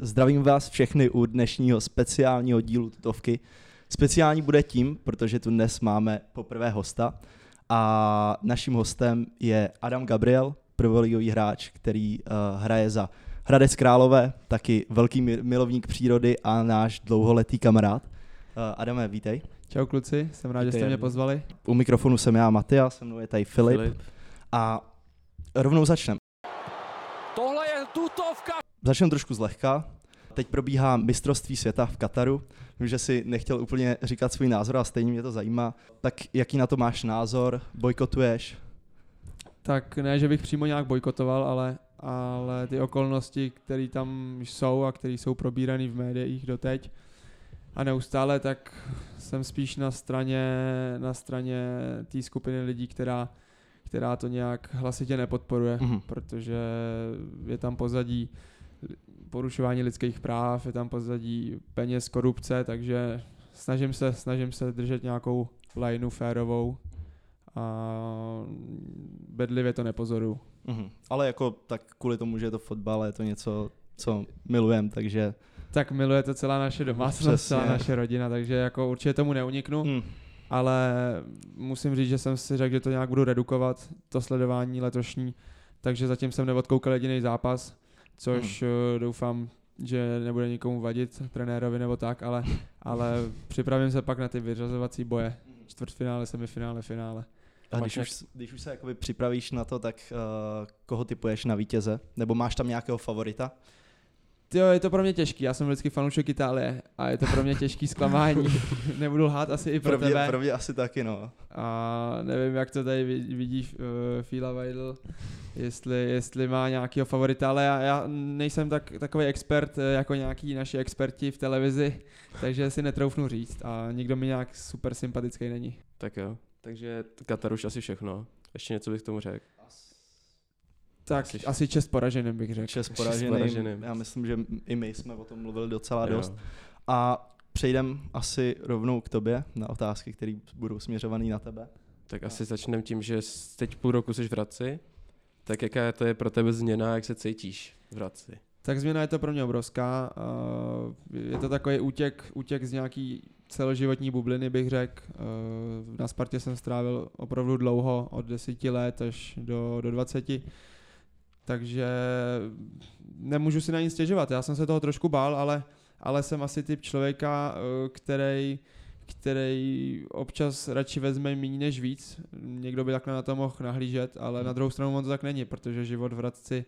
Zdravím vás všechny u dnešního speciálního dílu Tutovky. Speciální bude tím, protože tu dnes máme poprvé hosta a naším hostem je Adam Gabriel, prvoligový hráč, který hraje za Hradec Králové, taky velký milovník přírody a náš dlouholetý kamarád. Adame, vítej. Čau kluci, jsem rád, že jste mě pozvali. U mikrofonu jsem já, Matyáš, se mnou je tady Filip. A rovnou začneme. Tohle je tutovka. Začneme trošku zlehka. Teď probíhá mistrovství světa v Kataru. Vím, že si nechtěl úplně říkat svůj názor a stejně mě to zajímá. Tak jaký na to máš názor? Bojkotuješ? Tak ne, že bych přímo nějak bojkotoval, ale ty okolnosti, které tam jsou a které jsou probírané v médiích doteď a neustále, tak jsem spíš na straně té skupiny lidí, která to nějak hlasitě nepodporuje, protože je tam pozadí porušování lidských práv, je tam pozadí peněz, korupce, takže snažím se držet nějakou lineu férovou a bedlivě to nepozoruju. Ale jako tak kvůli tomu, že je to fotbal, je to něco, co milujeme, takže... Tak miluje to celá naše domácnost, celá naše rodina, takže jako určitě tomu neuniknu, ale musím říct, že jsem si řekl, že to nějak budu redukovat, to sledování letošní, takže zatím jsem neodkoukal jediný zápas, což doufám, že nebude nikomu vadit, trenérovi nebo tak, ale připravím se pak na ty vyřazovací boje, čtvrtfinále, semifinále, finále. A když už se jakoby připravíš na to, tak koho typuješ na vítěze? Nebo máš tam nějakého favorita? Jo, je to pro mě těžký, já jsem vždycky fanoušek Itálie a je to pro mě těžký zklamání, nebudu lhát asi i pro tebe. Pro mě asi taky, no. A nevím, jak to tady vidí Fila Weidl, jestli má nějakýho favorita, ale já nejsem takový expert jako nějaký naši experti v televizi, takže si netroufnu říct a nikdo mi nějak super sympatický není. Tak jo, takže Katar už asi všechno, ještě něco bych k tomu řekl. Tak asi 6 poraženým bych řekl. 6 poraženým. Já myslím, že i my jsme o tom mluvili docela dost. A přejdeme asi rovnou k tobě na otázky, které budou směřované na tebe. Tak asi začneme tím, že teď půl roku jsi v Hradci. Tak jaká to je pro tebe změna, jak se cítíš v Hradci? Tak změna je to pro mě obrovská. Je to takový útěk z nějaký celoživotní bubliny, bych řekl. Na Spartě jsem strávil opravdu dlouho, od 10 let až do 20. Takže nemůžu si na nic stěžovat. Já jsem se toho trošku bál, ale jsem asi typ člověka, který občas radši vezme méně než víc. Někdo by takhle na to mohl nahlížet, ale na druhou stranu on to tak není, protože život v Hradci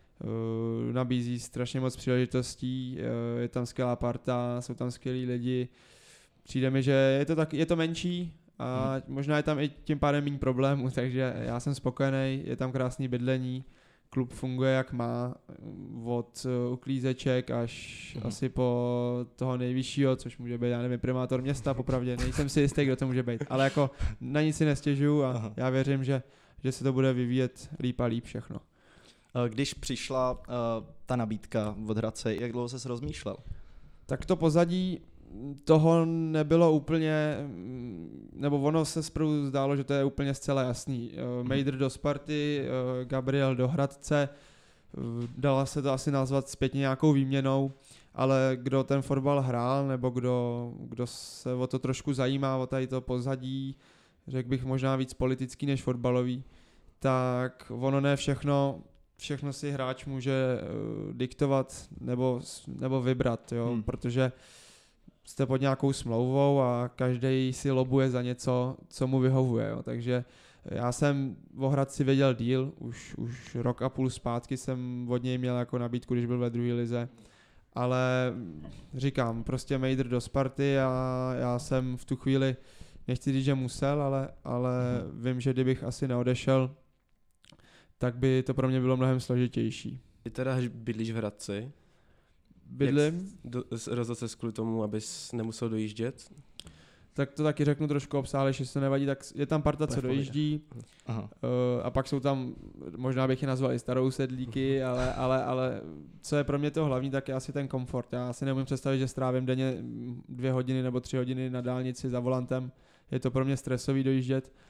nabízí strašně moc příležitostí, je tam skvělá parta, jsou tam skvělí lidi. Přijde mi, že je to menší a možná je tam i tím pádem méně problémů, takže já jsem spokojený, je tam krásný bydlení. Klub funguje jak má, od uklízeček až asi po toho nejvyššího, což může být, já nevím, primátor města, popravdě, nejsem si jistý, kdo to může být, ale jako na nic si nestěžuju a já věřím, že se to bude vyvíjet líp a líp všechno. Když přišla ta nabídka od Hradce, jak dlouho ses rozmýšlel? Tak to pozadí toho nebylo úplně, nebo ono se zprvu zdálo, že to je úplně zcela jasný. Mejdr do Sparty, Gabriel do Hradce, dala se to asi nazvat zpětně nějakou výměnou, ale kdo ten fotbal hrál, nebo kdo se o to trošku zajímá, o tady to pozadí, řekl bych možná víc politický než fotbalový, tak ono ne všechno si hráč může diktovat nebo vybrat, jo? Protože jste pod nějakou smlouvou a každý si lobuje za něco, co mu vyhovuje. Jo. Takže já jsem o Hradci věděl díl, už rok a půl zpátky jsem od něj měl jako nabídku, když byl ve druhé lize. Ale říkám, prostě Mejdr do Sparty a já jsem v tu chvíli, nechci říct, že musel, ale vím, že kdybych asi neodešel, tak by to pro mě bylo mnohem složitější. Ty teda bydlíš v Hradci? Bydlím. Rozhodl ses kvůli tomu, abys nemusel dojíždět? Tak to taky řeknu trošku obsáhle, jestli se nevadí, tak je tam parta, co dojíždí. A pak jsou tam, možná bych je nazval i starou sedlíky, ale co je pro mě to hlavní, tak je asi ten komfort. Já si neumím představit, že strávím denně 2 hodiny nebo 3 hodiny na dálnici za volantem. Je to pro mě stresový dojíždět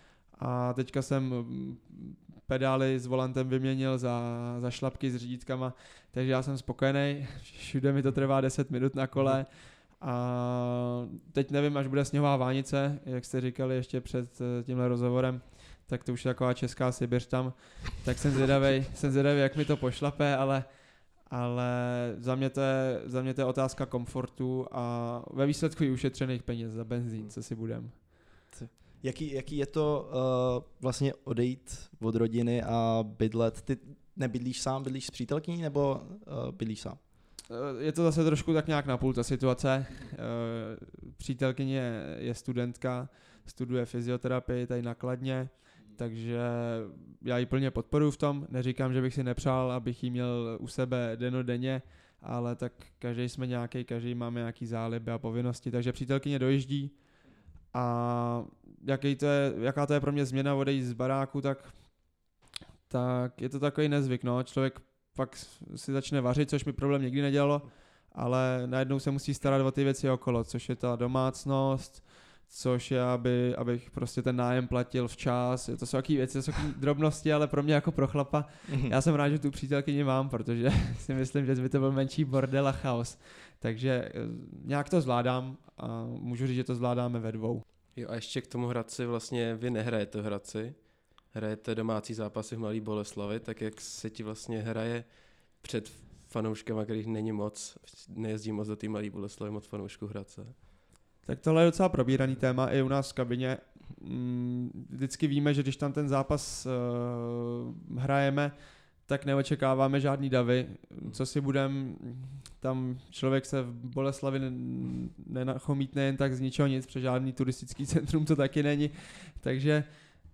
a teďka jsem pedály s volantem vyměnil za šlapky s řídítkama, takže já jsem spokojený, všude mi to trvá 10 minut na kole a teď nevím, až bude sněhová vánice, jak jste říkali ještě před tímhle rozhovorem, tak to už je taková česká Sibiř tam, tak jsem zvědavý, jak mi to pošlape, ale za mě to je otázka komfortu a ve výsledku i ušetřených peněz za benzín, co si budem. Jaký je to vlastně odejít od rodiny a bydlet? Ty nebydlíš sám, bydlíš s přítelkyní nebo bydlíš sám? Je to zase trošku tak nějak napůl ta situace. Přítelkyně je studentka, studuje fyzioterapii tady na Kladně, takže já ji plně podporuji v tom. Neříkám, že bych si nepřál, abych ji měl u sebe dennodenně, ale tak každý jsme nějaký, každý máme nějaký záliby a povinnosti, takže přítelkyně dojíždí a jaká to je pro mě změna odejít z baráku, tak je to takový nezvyk, no. Člověk pak si začne vařit, což mi problém nikdy nedělalo, ale najednou se musí starat o ty věci okolo, což je ta domácnost, což je, abych prostě ten nájem platil včas. To jsou takové věci, to jsou drobnosti, ale pro mě jako pro chlapa, já jsem rád, že tu přítelkyni mám, protože si myslím, že by to byl menší bordel a chaos. Takže nějak to zvládám a můžu říct, že to zvládáme ve dvou. Jo a ještě k tomu Hradci vlastně vy nehrajete v Hradci, hrajete domácí zápasy v Malý Boleslavi, tak jak se ti vlastně hraje před fanouškama, kterých není moc, nejezdí moc do té Malý Boleslavy, moc fanoušků Hradce. Tak tohle je docela probíraný téma i u nás v kabině. Vždycky víme, že když tam ten zápas hrajeme, tak neočekáváme žádný davy. Co si budem, tam člověk se v Boleslavi nenachomítne jen tak z ničeho nic, protože žádný turistický centrum to taky není. Takže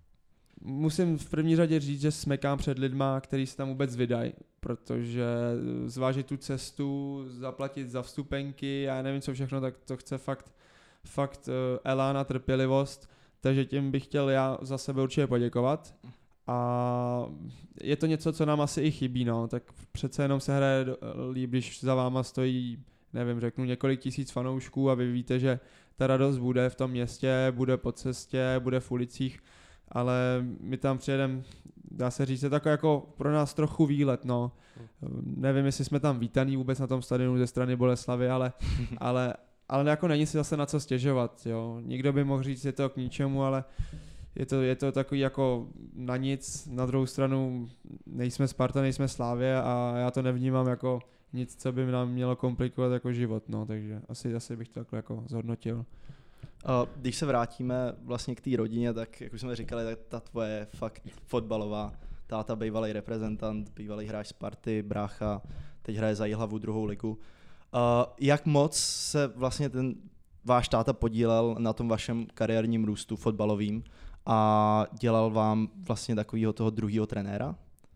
musím v první řadě říct, že smekám před lidma, kteří se tam vůbec vydají, protože zvážit tu cestu, zaplatit za vstupenky, já nevím co všechno, tak to chce fakt elán a trpělivost, takže tím bych chtěl já za sebe určitě poděkovat. A je to něco, co nám asi i chybí, no, tak přece jenom se hraje líp, když za váma stojí, nevím, řeknu několik tisíc fanoušků a vy víte, že ta radost bude v tom městě, bude po cestě, bude v ulicích, ale my tam přijedeme, dá se říct, je takový jako pro nás trochu výlet, no. Nevím, jestli jsme tam vítaný vůbec na tom stadionu ze strany Boleslavy, ale jako není si zase na co stěžovat, jo. Nikdo by mohl říct, je to k ničemu, ale je to takový jako na nic. Na druhou stranu nejsme Sparta, nejsme Slavie a já to nevnímám jako nic, co by nám mělo komplikovat jako život, no, takže asi bych to takhle jako zhodnotil. Když se vrátíme vlastně k té rodině, tak jak už jsme říkali, tak ta tvoje fakt fotbalová, táta bývalý reprezentant, bývalý hráč Sparty, brácha, teď hraje za Jihlavu 2. ligu. Jak moc se vlastně ten váš táta podílel na tom vašem kariérním růstu fotbalovým a dělal vám vlastně takového toho druhého trenéra?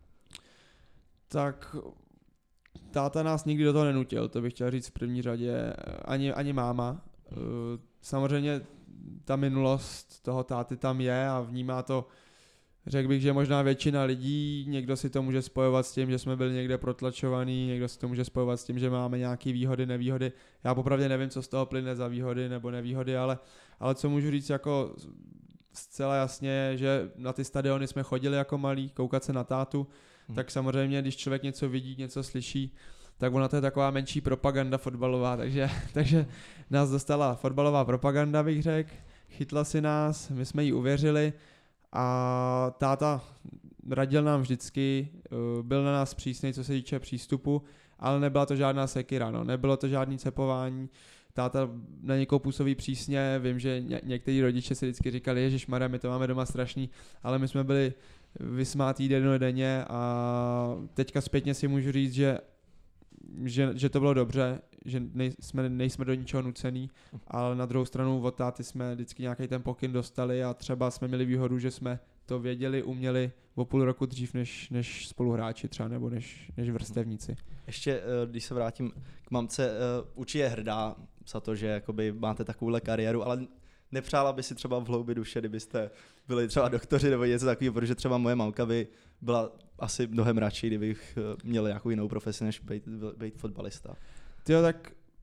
Tak táta nás nikdy do toho nenutil, to bych chtěl říct v první řadě, ani máma. Samozřejmě ta minulost toho táty tam je a vnímá to, řekl bych, že možná většina lidí, někdo si to může spojovat s tím, že jsme byli někde protlačovaný, někdo si to může spojovat s tím, že máme nějaké výhody, nevýhody. Já popravdě nevím, co z toho plyne za výhody nebo nevýhody, ale co můžu říct jako zcela jasně, že na ty stadiony jsme chodili jako malí, koukat se na tátu, tak samozřejmě, když člověk něco vidí, něco slyší, tak ona to je taková menší propaganda fotbalová, takže nás dostala fotbalová propaganda, bych řekl, chytla si nás, my jsme jí uvěřili a táta radil nám vždycky, byl na nás přísnej, co se týče přístupu, ale nebyla to žádná sekira, no, nebylo to žádný cepování, táta na někoho působí přísně, vím, že někteří rodiče si vždycky říkali, ježišmarja, my to máme doma strašný, ale my jsme byli vysmátí denně a teďka zpětně si můžu říct, že to bylo dobře, že nejsme do ničeho nucený, ale na druhou stranu od táty jsme vždycky nějaký ten pokyn dostali a třeba jsme měli výhodu, že jsme to věděli, uměli o půl roku dřív než spoluhráči třeba nebo než vrstevníci. Ještě, když se vrátím k mamce, určitě je hrdá za to, že jakoby máte takovouhle kariéru, ale nepřála by si třeba v hloubi duše, kdybyste byli třeba doktoři nebo něco takového, protože třeba moje mamka by byla asi mnohem radši, kdybych měl nějakou jinou profesi, než být fotbalista. Tyjo, tak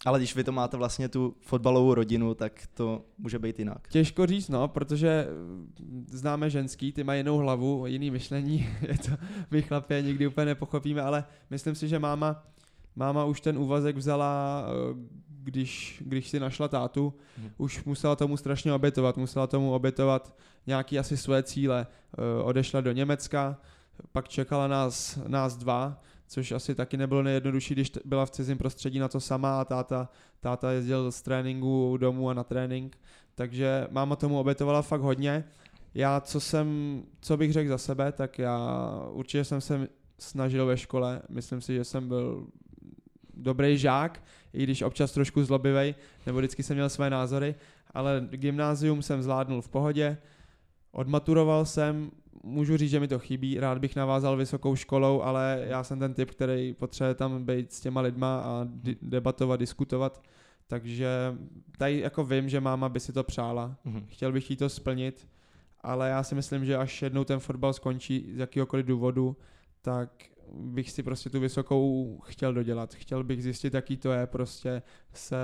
Ale když vy to máte vlastně tu fotbalovou rodinu, tak to může být jinak. Těžko říct, no, protože známe ženský, ty mají jinou hlavu, jiný myšlení, je to, my chlapě nikdy úplně nepochopíme, ale myslím si, že máma už ten úvazek vzala, když si našla tátu, už musela tomu strašně obětovat nějaký asi své cíle, odešla do Německa, pak čekala nás dva, což asi taky nebylo nejjednodušší, když byla v cizím prostředí na to sama a táta jezdil z tréninku domů a na trénink, takže máma tomu obětovala fakt hodně. Já, co bych řekl za sebe, tak já určitě jsem se snažil ve škole, myslím si, že jsem byl dobrý žák, i když občas trošku zlobivej, nebo vždycky jsem měl své názory, ale gymnázium jsem zvládnul v pohodě, odmaturoval jsem, můžu říct, že mi to chybí, rád bych navázal vysokou školou, ale já jsem ten typ, který potřebuje tam být s těma lidma a debatovat, diskutovat, takže tady jako vím, že máma by si to přála, chtěl bych jí to splnit, ale já si myslím, že až jednou ten fotbal skončí z jakýhokoliv důvodu, tak bych si prostě tu vysokou chtěl dodělat. Chtěl bych zjistit, jaký to je prostě se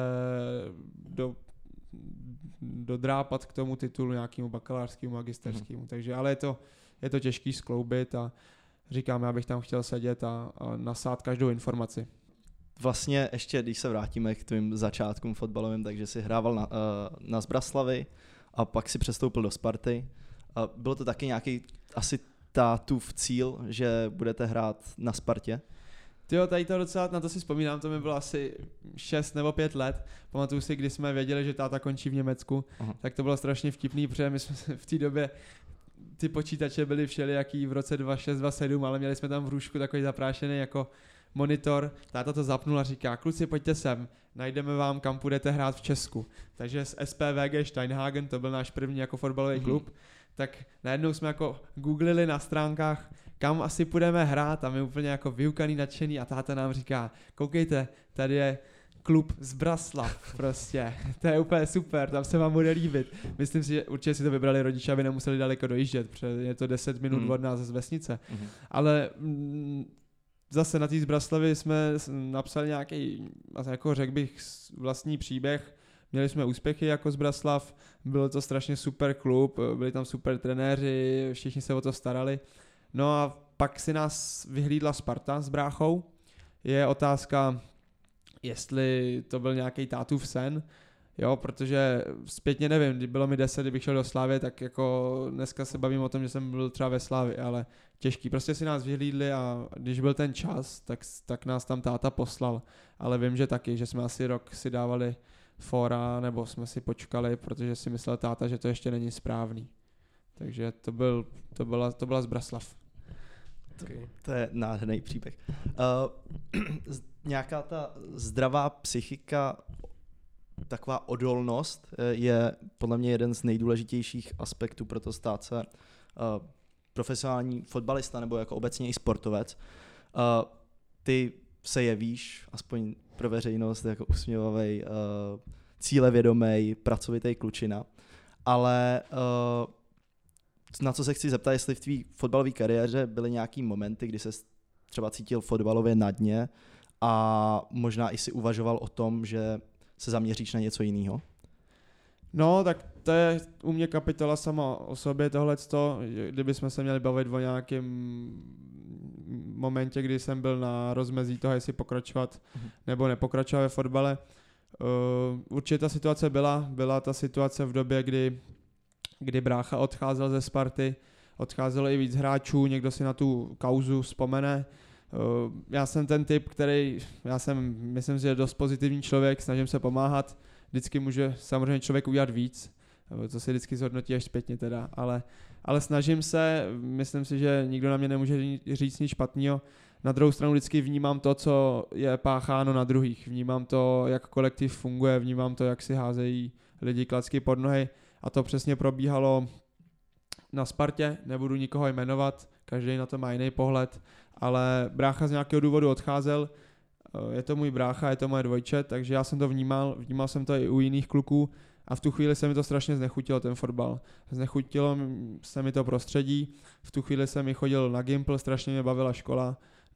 dodrápat k tomu titulu nějakému bakalářskému, magisterskému. Takže, ale je to těžký skloubit a říkám, já bych tam chtěl sedět a nasát každou informaci. Vlastně ještě, když se vrátíme k tvým začátkům fotbalovým, takže si hrával na Zbraslavy a pak si přestoupil do Sparty. A bylo to taky nějaký asi tátův cíl, že budete hrát na Spartě? Tyjo, tady to docela, na to si vzpomínám, to mi bylo asi 6 nebo 5 let. Pamatuju si, když jsme věděli, že táta končí v Německu, tak to bylo strašně vtipný, protože my jsme v té době, ty počítače byly všelijaký v roce 2006, 2007, ale měli jsme tam v růžku takový zaprášený jako monitor. Táta to zapnul a říká, kluci, pojďte sem, najdeme vám, kam půjdete hrát v Česku. Takže z SPVG Steinhagen, to byl náš první jako fotbalový klub, tak najednou jsme jako googlili na stránkách, kam asi půjdeme hrát a my úplně jako vyukaný, nadšený a táta nám říká, koukejte, tady je klub Zbraslav prostě, to je úplně super, tam se vám bude líbit. Myslím si, že určitě si to vybrali rodiče, aby nemuseli daleko dojíždět, protože je to 10 minut od nás z vesnice. Ale zase na té Zbraslavy jsme napsali nějaký, jako řekl bych, vlastní příběh. Měli jsme úspěchy jako Zbraslav, byl to strašně super klub, byli tam super trenéři, všichni se o to starali. No a pak si nás vyhlídla Sparta s bráchou. Je otázka, jestli to byl nějaký tátův sen, jo, protože zpětně nevím, když bylo mi 10, kdybych šel do Slávy, tak jako dneska se bavím o tom, že jsem byl třeba ve Slávy, ale těžký. Prostě si nás vyhlídli a když byl ten čas, tak nás tam táta poslal. Ale vím, že taky, že jsme asi rok si dávali fora, nebo jsme si počkali, protože si myslel táta, že to ještě není správný. Takže to byla Zbraslav. Okay. To je nádherný příběh. Nějaká ta zdravá psychika, taková odolnost je podle mě jeden z nejdůležitějších aspektů pro to stát se profesionální fotbalista nebo jako obecně i sportovec. Ty se jevíš, aspoň pro veřejnost, jako usměvavej, cílevědomej, pracovitý klučina, ale na co se chci zeptat, jestli v tvý fotbalové kariéře byly nějaký momenty, kdy se třeba cítil fotbalově na dně a možná i si uvažoval o tom, že se zaměříš na něco jiného? No, tak to je u mě kapitola sama o sobě tohleto, kdybychom se měli bavit o nějakém momentě, kdy jsem byl na rozmezí toho, jestli pokračovat nebo nepokračovat ve fotbale. Určitě ta situace byla ta situace v době, kdy brácha odcházel ze Sparty, odcházelo i víc hráčů, někdo si na tu kauzu vzpomene. Já jsem ten typ, myslím si, že dost pozitivní člověk, snažím se pomáhat, vždycky může samozřejmě člověk udělat víc, co se vždycky zhodnotí až zpětně teda, ale snažím se, myslím si, že nikdo na mě nemůže říct nic špatného. Na druhou stranu vždycky vnímám to, co je pácháno na druhých, vnímám to, jak kolektiv funguje, vnímám to, jak si házejí lidi klacky pod nohy a to přesně probíhalo na Spartě, nebudu nikoho jmenovat, každý na to má jiný pohled, ale brácha z nějakého důvodu odcházel, je to můj brácha, je to moje dvojče, takže já jsem to vnímal jsem to i u jiných kluků a v tu chvíli se mi to strašně znechutilo, ten fotbal. Znechutilo se mi to prostředí, v tu chvíli jsem i chodil na Gimpl, strašně mě bavila škola,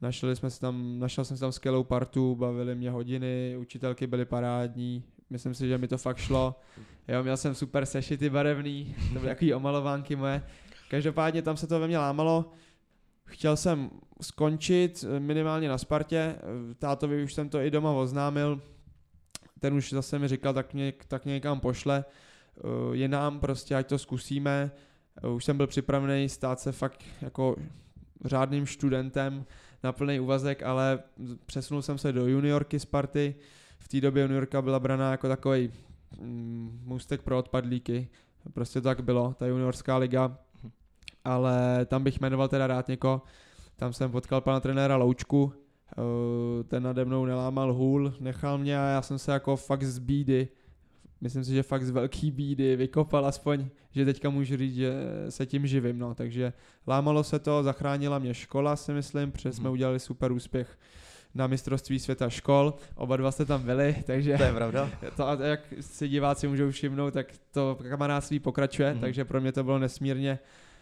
Našel jsem si tam skvělou partu, bavili mě hodiny, učitelky byly parádní, myslím si, že mi to fakt šlo. Jo, měl jsem super sešity barevný, to byly takový omalovánky moje. Každopádně tam se to ve mně lámalo. Chtěl jsem skončit minimálně na Spartě, tátovi už jsem to i doma oznámil, ten už zase mi říkal, tak mě někam pošle, je nám prostě, ať to zkusíme. Už jsem byl připravený stát se fakt jako řádným studentem na plný úvazek, ale přesunul jsem se do juniorky Sparty. V té době juniorka byla braná jako takový můstek pro odpadlíky, prostě to tak bylo, ta juniorská liga. Ale tam bych jmenoval teda rád někoho. Tam jsem potkal pana trenéra Loučku, ten nade mnou nelámal hůl, nechal mě a já jsem se jako fakt z bídy, myslím si, že fakt z velký bídy vykopal aspoň, že teďka můžu říct, že se tím živím, no, takže lámalo se to, zachránila mě škola, si myslím, protože jsme udělali super úspěch na mistrovství světa škol, oba dva jste tam byli, takže to je pravda. To, jak si diváci můžou všimnout, tak to kamarádství pokračuje, takže pro mě to bylo nesmírně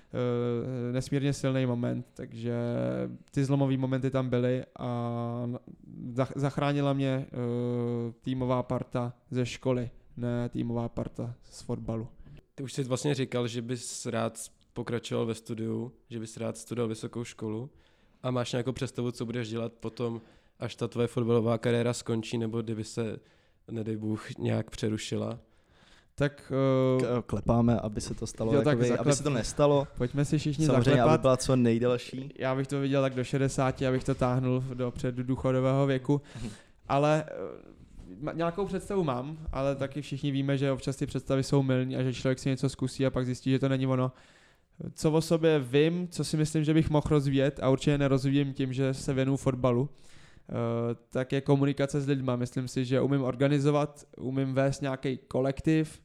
silný moment, takže ty zlomové momenty tam byly a zachránila mě týmová parta ze školy, ne týmová parta z fotbalu. Ty už jsi vlastně říkal, že bys rád pokračoval ve studiu, že bys rád studoval vysokou školu a máš nějakou představu, co budeš dělat potom, až ta tvoje fotbalová kariéra skončí, nebo kdyby se, nedej Bůh, nějak přerušila? Tak klepáme, aby se to stalo, jo, aby se to nestalo. Pojďme si všichni samozřejmě, zaklepat. aby byla co nejdelší. Já bych to viděl tak do 60, abych to táhnul do předdůchodového věku, ale nějakou představu mám, ale taky všichni víme, že občas ty představy jsou mylný a že člověk si něco zkusí a pak zjistí, že to není ono. Co o sobě vím, co si myslím, že bych mohl rozvíjet a určitě nerozvíjím tím, že se věnuju fotbalu, tak je komunikace s lidma. Myslím si, že umím organizovat, umím vést nějaký kolektiv.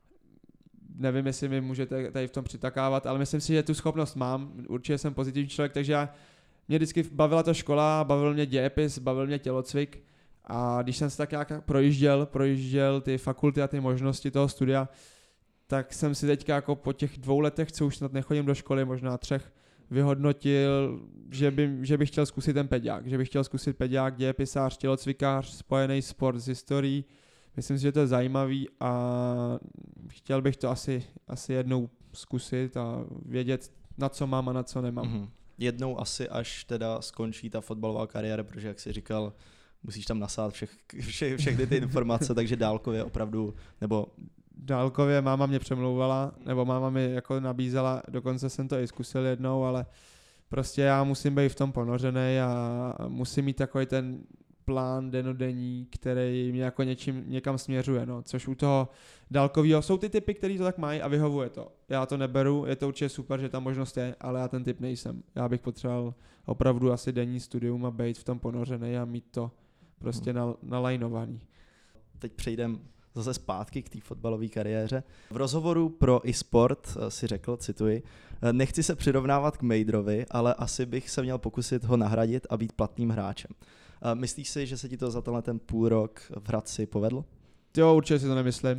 Nevím, jestli mi můžete tady v tom přitakávat, ale myslím si, že tu schopnost mám. Určitě jsem pozitivní člověk, takže mě vždycky bavila ta škola, bavil mě dějepis, bavil mě tělocvik a když jsem se tak nějak projížděl ty fakulty a ty možnosti toho studia, tak jsem si teďka jako po těch 2 letech, co už snad nechodím do školy, možná 3, vyhodnotil, že bych chtěl zkusit ten peďák, peďák, dějepisář, tělocvikář, spojený sport s historií. Myslím si, že to je zajímavý a chtěl bych to asi jednou zkusit a vědět, na co mám a na co nemám. Mm-hmm. Jednou asi, až teda skončí ta fotbalová kariéra, protože jak jsi říkal, musíš tam nasát všechny ty informace, takže dálkově opravdu, nebo... Dálkově máma mě přemlouvala, nebo máma mi jako nabízela, dokonce jsem to i zkusil jednou, ale prostě já musím být v tom ponořený a musím mít takový ten plán denodenní, který mě jako někam směřuje, no, což u toho dálkového jsou ty typy, který to tak mají a vyhovuje to. Já to neberu, je to určitě super, že ta možnost je, ale já ten typ nejsem. Já bych potřeboval opravdu asi denní studium a být v tom ponořený a mít to prostě nalajnovaný. Teď přejdem zase zpátky k té fotbalové kariéře. V rozhovoru pro eSport si řekl, cituji, nechci se přirovnávat k Mejdrovi, ale asi bych se měl pokusit ho nahradit a být platným hráčem. Myslíš si, že se ti to za tenhle ten půl rok v Hradci povedlo? Jo, určitě si to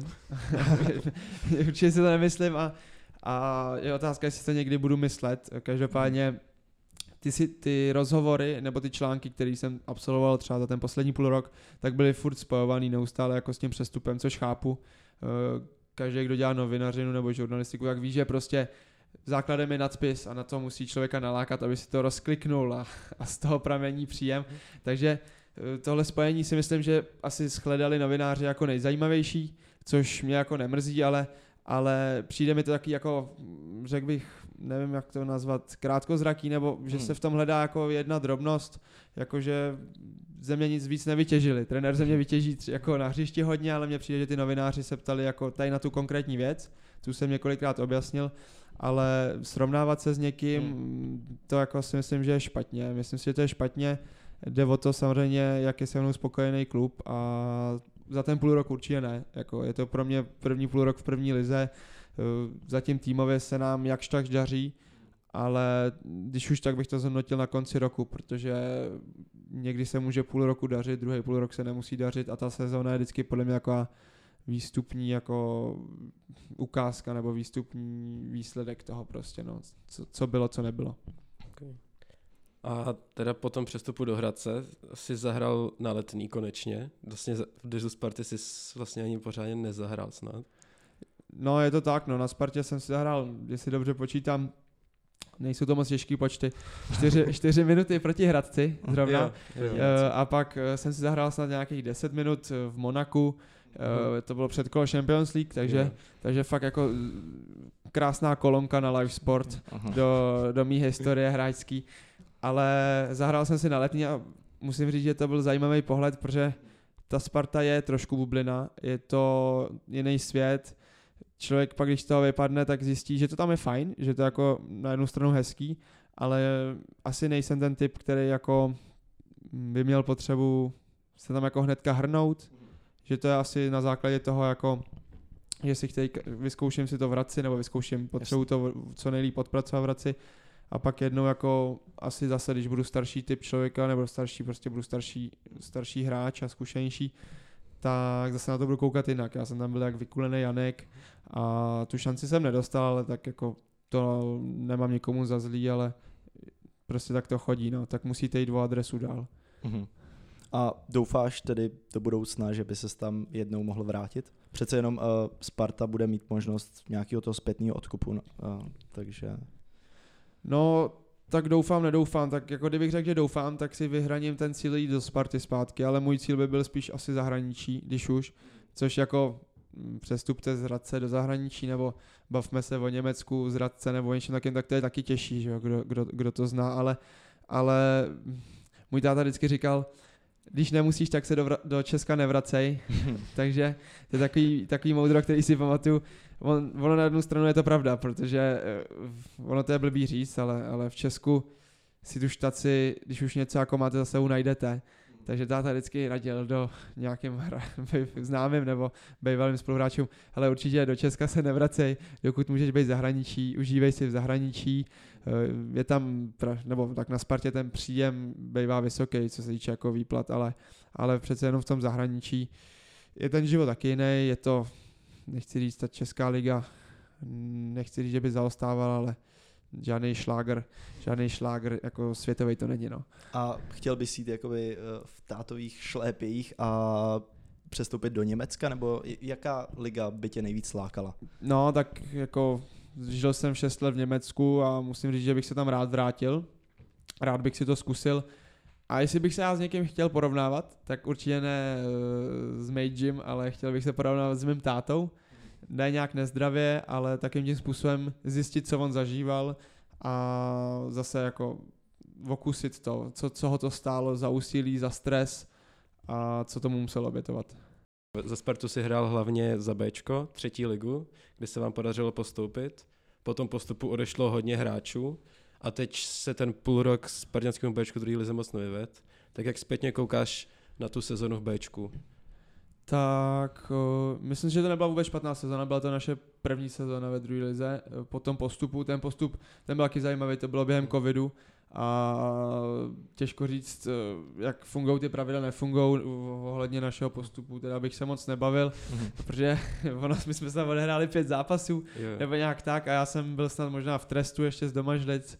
nemyslím. A je otázka, jestli to někdy budu myslet. Každopádně ty rozhovory nebo ty články, které jsem absolvoval třeba za ten poslední půl rok, tak byly furt spojovaný neustále jako s tím přestupem, což chápu. Každý, kdo dělá novinařinu nebo žurnalistiku, tak ví, že prostě základem je nadpis a na to musí člověka nalákat, aby si to rozkliknul a z toho pramení příjem. Takže tohle spojení si myslím, že asi shledali novináři jako nejzajímavější, což mě jako nemrzí, ale přijde mi to taky jako, řekl bych, nevím jak to nazvat, krátkozraký, nebo že se v tom hledá jako jedna drobnost, jakože ze mě nic víc nevytěžili. Trenér ze mě vytěží jako na hřišti hodně, ale mně přijde, že ty novináři se ptali jako tady na tu konkrétní věc, tu jsem několikrát objasnil, ale srovnávat se s někým, to jako si myslím, že je špatně. Myslím si, že to je špatně. Jde o to samozřejmě, jak je se mnou spokojený klub a za ten půl rok určitě ne. Jako je to pro mě první půl rok v první lize, zatím týmově se nám jakž tak daří, ale když už tak bych to zhodnotil na konci roku, protože někdy se může půl roku dařit, druhý půl rok se nemusí dařit a ta sezóna je vždycky podle mě jako výstupní jako ukázka nebo výstupní výsledek toho prostě, no, co bylo, co nebylo. Okay. A teda po tom přestupu do Hradce si zahrál na Letný konečně. Vlastně v Dezu Sparty si vlastně ani pořádně nezahrál snad. No je to tak, no na Spartě jsem si zahrál, jestli dobře počítám, nejsou to moc těžký počty, 4 minuty proti Hradci zrovna. Jo. A pak jsem si zahrál snad nějakých 10 minut v Monaku, to bylo předkolo Champions League, takže fakt jako krásná kolonka na live sport do mý historie hráčský. Ale zahrál jsem si na Letní a musím říct, že to byl zajímavý pohled, protože ta Sparta je trošku bublina, je to jiný svět. Člověk pak, když z toho vypadne, tak zjistí, že to tam je fajn, že to je jako na jednu stranu hezký, ale asi nejsem ten typ, který jako by měl potřebu se tam jako hnedka hrnout, že to je asi na základě toho jako, že si vyzkouším si to v Hradci, nebo potřebuji to co nejlíp odpracovat v Hradci a pak jednou jako asi zase, když budu starší typ člověka, nebo prostě budu starší hráč a zkušenější, tak zase na to budu koukat jinak. Já jsem tam byl jak vykulený Janek a tu šanci jsem nedostal, ale tak jako to nemám nikomu za zlý, ale prostě tak to chodí, no, tak musíte jít o adresu dál. A doufáš tedy do budoucna, že by ses tam jednou mohl vrátit? Přece jenom Sparta bude mít možnost nějakého toho zpětného odkupu, takže... No, tak doufám, nedoufám, tak jako kdybych řekl, že doufám, tak si vyhraním ten cíl jít do Sparty zpátky, ale můj cíl by byl spíš asi zahraničí, když už, což jako přestupte z Hradce do zahraničí, nebo bavme se o Německu z Hradce nebo o něčem takým, tak to je taky těžší, že jo, kdo to zná, ale můj táta vždycky říkal, když nemusíš, tak se do Česka nevracej, takže to je takový moudro, který si pamatuju. Ono na jednu stranu je to pravda, protože ono to je blbý říct, ale v Česku si tu štaci, když už něco jako máte za sebou, najdete. Takže táta vždycky radil do nějakým známým nebo bývalým spoluhráčům, ale určitě do Česka se nevracej, dokud můžeš být v zahraničí, užívej si v zahraničí, je tam, nebo tak na Spartě ten příjem bývá vysoký, co se týče jako výplat, ale přece jenom v tom zahraničí je ten život taky jiný, je to, nechci říct, ta česká liga, nechci říct, že by zaostávala, ale žádný šláger jako světový to není, no. A chtěl bys jít jakoby v tátových šlépějích a přestoupit do Německa, nebo jaká liga by tě nejvíc lákala? No, tak jako žil jsem 6 let v Německu a musím říct, že bych se tam rád vrátil. Rád bych si to zkusil. A jestli bych se já s někým chtěl porovnávat, tak určitě ne s Mejdžim, ale chtěl bych se porovnávat s mým tátou. Ne nějak nezdravě, ale takým tím způsobem zjistit, co on zažíval a zase jako okusit to, co ho to stálo za úsilí, za stres a co tomu musel obětovat. Za Spartu si hrál hlavně za Bčko, 3. ligu, kde se vám podařilo postoupit. Po tom postupu odešlo hodně hráčů a teď se ten půl rok s Spartanskému Bčku 2. lize moc nevyved. Tak jak zpětně koukáš na tu sezonu v Bčku? Tak myslím, že to nebyla vůbec špatná sezona, byla to naše první sezona ve 2. lize. Po tom postupu, ten byl taky zajímavý, to bylo během covidu a těžko říct, jak fungují ty pravidla, nefungují ohledně našeho postupu, teda bych se moc nebavil, protože my jsme se odehráli 5 zápasů, nebo nějak tak a já jsem byl snad možná v trestu ještě z Domažlic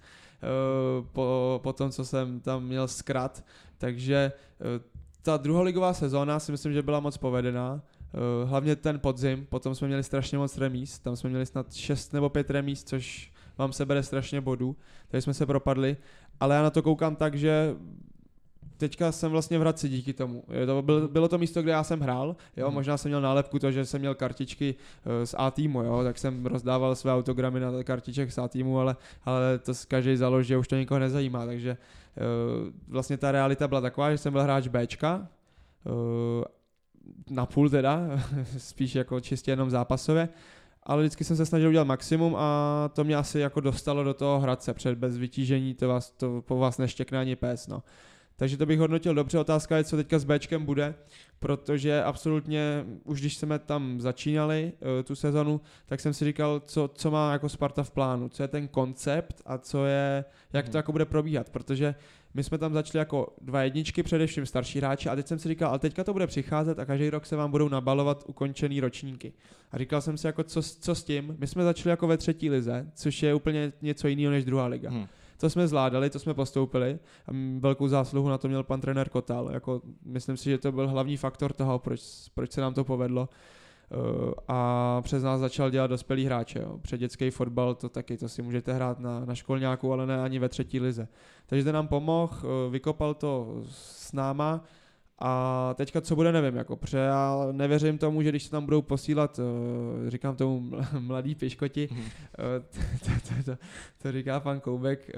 po tom, co jsem tam měl zkrat, takže ta druholigová sezóna si myslím, že byla moc povedená, hlavně ten podzim, potom jsme měli strašně moc remíz, tam jsme měli snad 6 nebo 5 remíz, což vám sebere strašně bodů, takže jsme se propadli, ale já na to koukám tak, že teďka jsem vlastně v Hradci díky tomu. Bylo to místo, kde já jsem hrál, jo, možná jsem měl nálepku to, že jsem měl kartičky z A týmu, jo, tak jsem rozdával své autogramy na kartiček z A týmu, ale to každý založí, že už to nikoho nezajímá, takže vlastně ta realita byla taková, že jsem byl hráč Bčka, napůl teda, spíš jako čistě jenom zápasově, ale vždycky jsem se snažil udělat maximum a to mě asi jako dostalo do toho Hradce, bez vytížení to po vás neštěkne ani pes, no. Takže to bych hodnotil dobře, otázka je, co teďka s Bčkem bude, protože absolutně, už když jsme tam začínali tu sezonu, tak jsem si říkal, co má jako Sparta v plánu, co je ten koncept a jak to jako bude probíhat, protože my jsme tam začali jako 2 jedničky, především starší hráči a teď jsem si říkal, ale teďka to bude přicházet a každý rok se vám budou nabalovat ukončený ročníky. A říkal jsem si jako, co s tím, my jsme začali jako ve 3. lize, což je úplně něco jiného než 2. liga. To jsme zvládali, to jsme postoupili. A velkou zásluhu na to měl pan trenér Kotal. Jako, myslím si, že to byl hlavní faktor toho, proč se nám to povedlo. A přes nás začal dělat dospělý hráče. Jo. Před dětský fotbal to taky, to si můžete hrát na školňáku, ale ne ani ve 3. lize. Takže ten nám pomohl, vykopal to s náma a teďka co bude, nevím, jako, protože já nevěřím tomu, že když se tam budou posílat, říkám tomu mladý piškoti, to říká pan Koubek,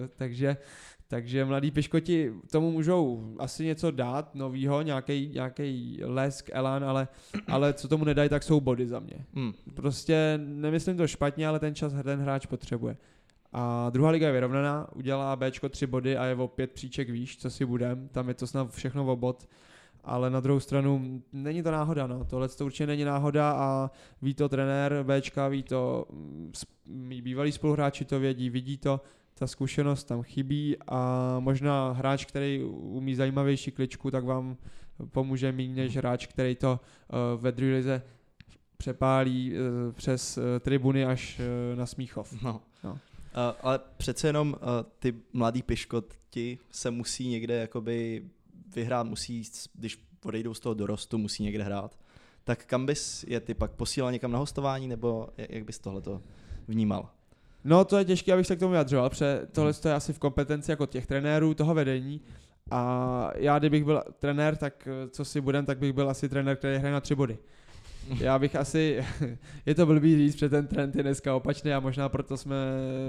takže mladí piškoti tomu můžou asi něco dát novýho, nějaký lesk, elán, ale co tomu nedají, tak jsou body za mě. Prostě nemyslím to špatně, ale ten čas ten hráč potřebuje. A druhá liga je vyrovnaná, udělá Bčko 3 body a je o 5 příček výš, co si budem, tam je to snad všechno o bod. Ale na druhou stranu není to náhoda, no. Tohle to určitě není náhoda a ví to trenér Bčka, ví to mý bývalí spoluhráči to vědí, vidí to, ta zkušenost tam chybí a možná hráč, který umí zajímavější kličku, tak vám pomůže méně než hráč, který to ve druhé lize přepálí přes tribuny až na Smíchov. No. Ale přece jenom ty mladý piškoti se musí někde jakoby vyhrát, musí, když odejdou z toho dorostu, musí někde hrát. Tak kam bys je ty pak posílal někam na hostování, nebo jak bys tohleto vnímal? No to je těžké, abych se k tomu vyjadřoval, protože tohle je asi v kompetenci jako těch trenérů, toho vedení. A já, kdybych byl trenér, tak co si budem, tak bych byl asi trenér, který hraje na 3 body. Já bych asi, je to blbý říct, protože ten trend je dneska opačný a možná proto jsme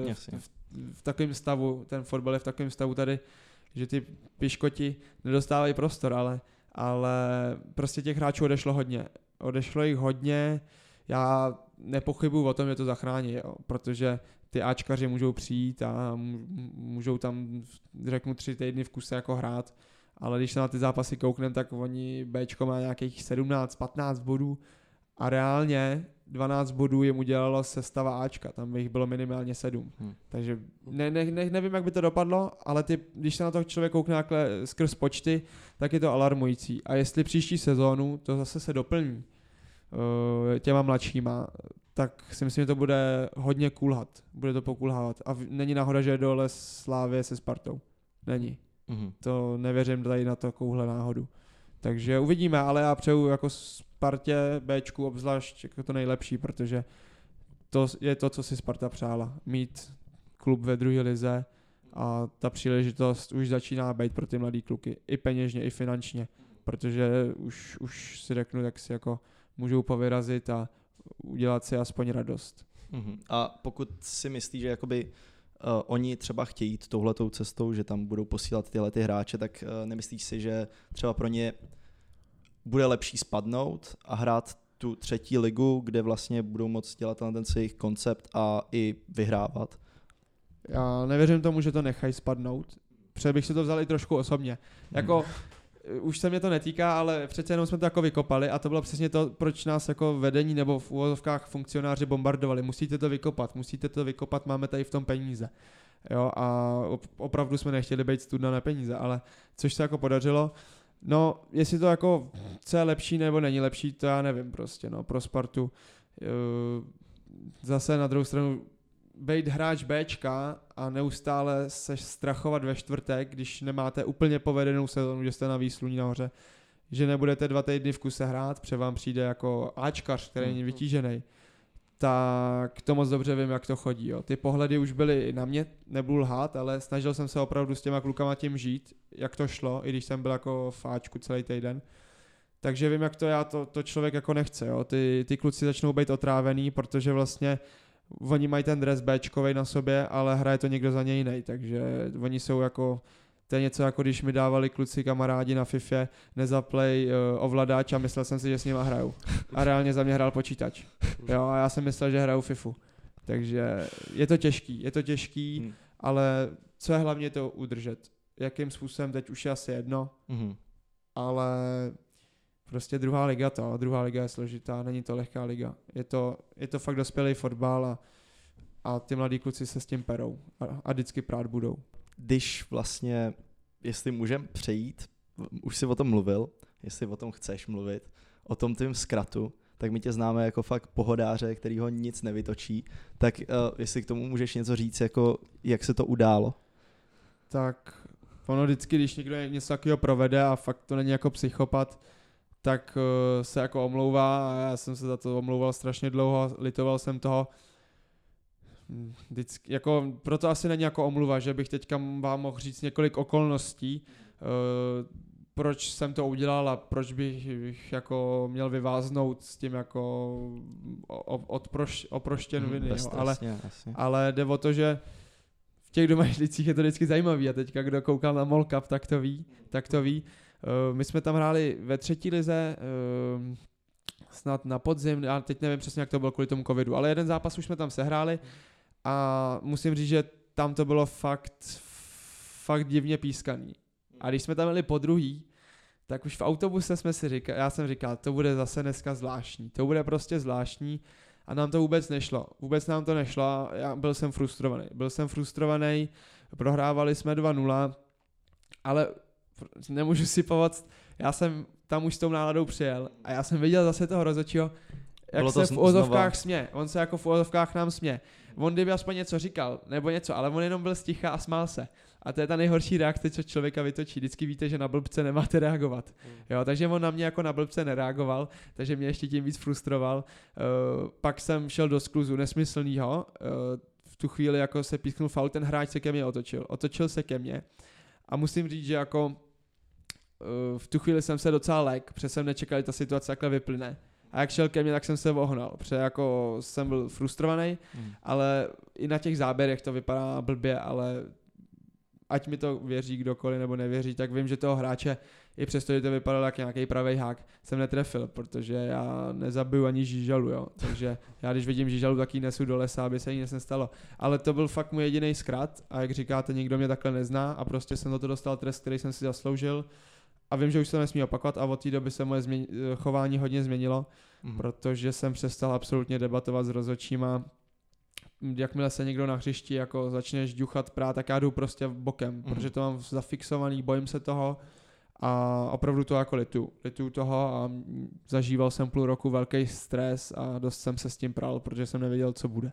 v takovém stavu, ten fotbal je v takovém stavu tady, že ty piškoti nedostávají prostor, ale prostě těch hráčů odešlo jich hodně, já nepochybuju o tom, že to zachrání, jo, protože ty Ačkaři můžou přijít a můžou tam, řeknu, 3 týdny v kuse jako hrát, ale když se na ty zápasy kouknem, tak oni Bčko má nějakých 17-15 bodů a reálně 12 bodů jim udělalo sestava Ačka, tam jich bylo minimálně 7. Takže nevím, jak by to dopadlo, ale když se na to člověk koukne takhle skrz počty, tak je to alarmující. A jestli příští sezónu to zase se doplní těma mladšíma, tak si myslím, že to bude hodně kulhat. Bude to pokulhávat. A není náhoda, že je dole Slávie se Spartou. Není. To nevěřím tady na takovouhle náhodu. Takže uvidíme, ale já přeju jako Spartě Bčku obzvlášť jako to nejlepší, protože to je to, co si Sparta přála. Mít klub ve druhé lize a ta příležitost už začíná být pro ty mladý kluky. I peněžně, i finančně. Protože už si řeknu, tak si jako můžou povyrazit a udělat si aspoň radost. A pokud si myslí, že jakoby oni třeba chtějí jít touhletou cestou, že tam budou posílat tyhle ty hráče, tak nemyslíš si, že třeba pro ně bude lepší spadnout a hrát tu 3. ligu, kde vlastně budou moct dělat ten svůj koncept a i vyhrávat? Já nevěřím tomu, že to nechají spadnout. Protože bych si to vzal i trošku osobně. Jako už se mě to netýká, ale přece jenom jsme to jako vykopali a to bylo přesně to, proč nás jako vedení nebo v uvozovkách funkcionáři bombardovali. Musíte to vykopat, máme tady v tom peníze. Jo, a opravdu jsme nechtěli být studna na peníze, ale což se jako podařilo. No, jestli to jako co je lepší nebo není lepší, to já nevím prostě, no, pro Spartu. Zase na druhou stranu být hráč Bčka a neustále se strachovat ve čtvrtek, když nemáte úplně povedenou sezonu, že jste na výsluní nahoře, že nebudete 2 týdny v kuse hrát, protože vám přijde jako Ačkař, který není vytížený, tak to moc dobře vím, jak to chodí. Jo. Ty pohledy už byly na mě, nebudu lhát, ale snažil jsem se opravdu s těma klukama tím žít, jak to šlo, i když jsem byl jako v Ačku celý týden. Takže vím, jak to člověk jako nechce. Jo. Ty kluci začnou být otrávený, protože vlastně oni mají ten dres Bčkovej na sobě, ale hraje to někdo za něj jiný, takže oni jsou jako, to je něco jako když mi dávali kluci kamarádi na FIFA nezaplej ovladač a myslel jsem si, že s nima hraju. A reálně za mě hrál počítač. Jo, a já jsem myslel, že hraju FIFU. Takže je to těžký, ale co je hlavně to udržet. Jakým způsobem teď už je asi jedno, ale prostě druhá liga je složitá, není to lehká liga. Je to fakt dospělý fotbal a ty mladí kluci se s tím perou a vždycky prát budou. Když vlastně, jestli můžem přejít, už jsi o tom mluvil, jestli o tom chceš mluvit, o tom tvým zkratu, tak my tě známe jako fakt pohodáře, který ho nic nevytočí. Tak jestli k tomu můžeš něco říct, jako jak se to událo? Tak ono vždycky, když někdo něco takového provede a fakt to není jako psychopat, tak se jako omlouvá a já jsem se za to omlouval strašně dlouho, litoval jsem toho. Vždycky, jako, proto asi není jako omluva, že bych teďka vám mohl říct několik okolností, proč jsem to udělal a proč bych jako měl vyváznout s tím jako oproštěn viny. Ale jde o to, že v těch domážlicích je to vždycky zajímavý a teďka kdo koukal na Mall Cup, tak to ví. My jsme tam hráli ve 3. lize, snad na podzim, já teď nevím přesně, jak to bylo kvůli tomu covidu, ale jeden zápas už jsme tam sehráli a musím říct, že tam to bylo fakt divně pískaný. A když jsme tam byli po druhý, tak už v autobuse já jsem říkal, to bude zase dneska zvláštní, to bude prostě zvláštní a nám to vůbec nám to nešlo a já byl jsem frustrovaný, prohrávali jsme 2-0, ale nemůžu si pomoct, já jsem tam už s tou náladou přijel a já jsem viděl zase toho rozhodčího, jak se v uvozovkách smě, on se jako v uvozovkách nám smě. On kdyby aspoň něco říkal, nebo něco, ale on jenom byl sticha a smál se. A to je ta nejhorší reakce, co člověka vytočí. Vždycky víte, že na blbce nemáte reagovat. Jo, takže on na mě jako na blbce nereagoval, takže mě ještě tím víc frustroval. Pak jsem šel do skluzu nesmyslnýho. V tu chvíli jako se písknul faul, ten hráč se ke mně otočil se ke mně. A musím říct, že jako v tu chvíli jsem se docela lek, protože jsem nečekal, že ta situace takhle vyplyne. A jak šel ke mně, tak jsem se ohnal, protože jako jsem byl frustrovaný, ale i na těch záběrech to vypadá blbě, ale ať mi to věří kdokoliv nebo nevěří, tak vím, že toho hráče, i přesto, že to vypadalo jak nějaký pravej hák, jsem netrefil, protože já nezabiju ani žížalu, jo. Takže já když vidím žížalu, tak ji nesu do lesa, aby se jí nic nestalo. Ale to byl fakt můj jediný zkrat a jak říkáte, nikdo mě takhle nezná a prostě jsem za to dostal trest, který jsem si zasloužil. A vím, že už se to nesmí opakovat a od té doby se moje chování hodně změnilo, protože jsem přestal absolutně debatovat s rozhodčíma. Jakmile se někdo na hřišti jako začne žďuchat prát, tak já jdu prostě bokem, protože to mám zafixovaný, bojím se toho a opravdu to jako lituju toho a zažíval jsem půl roku velký stres a dost jsem se s tím pral, protože jsem nevěděl, co bude.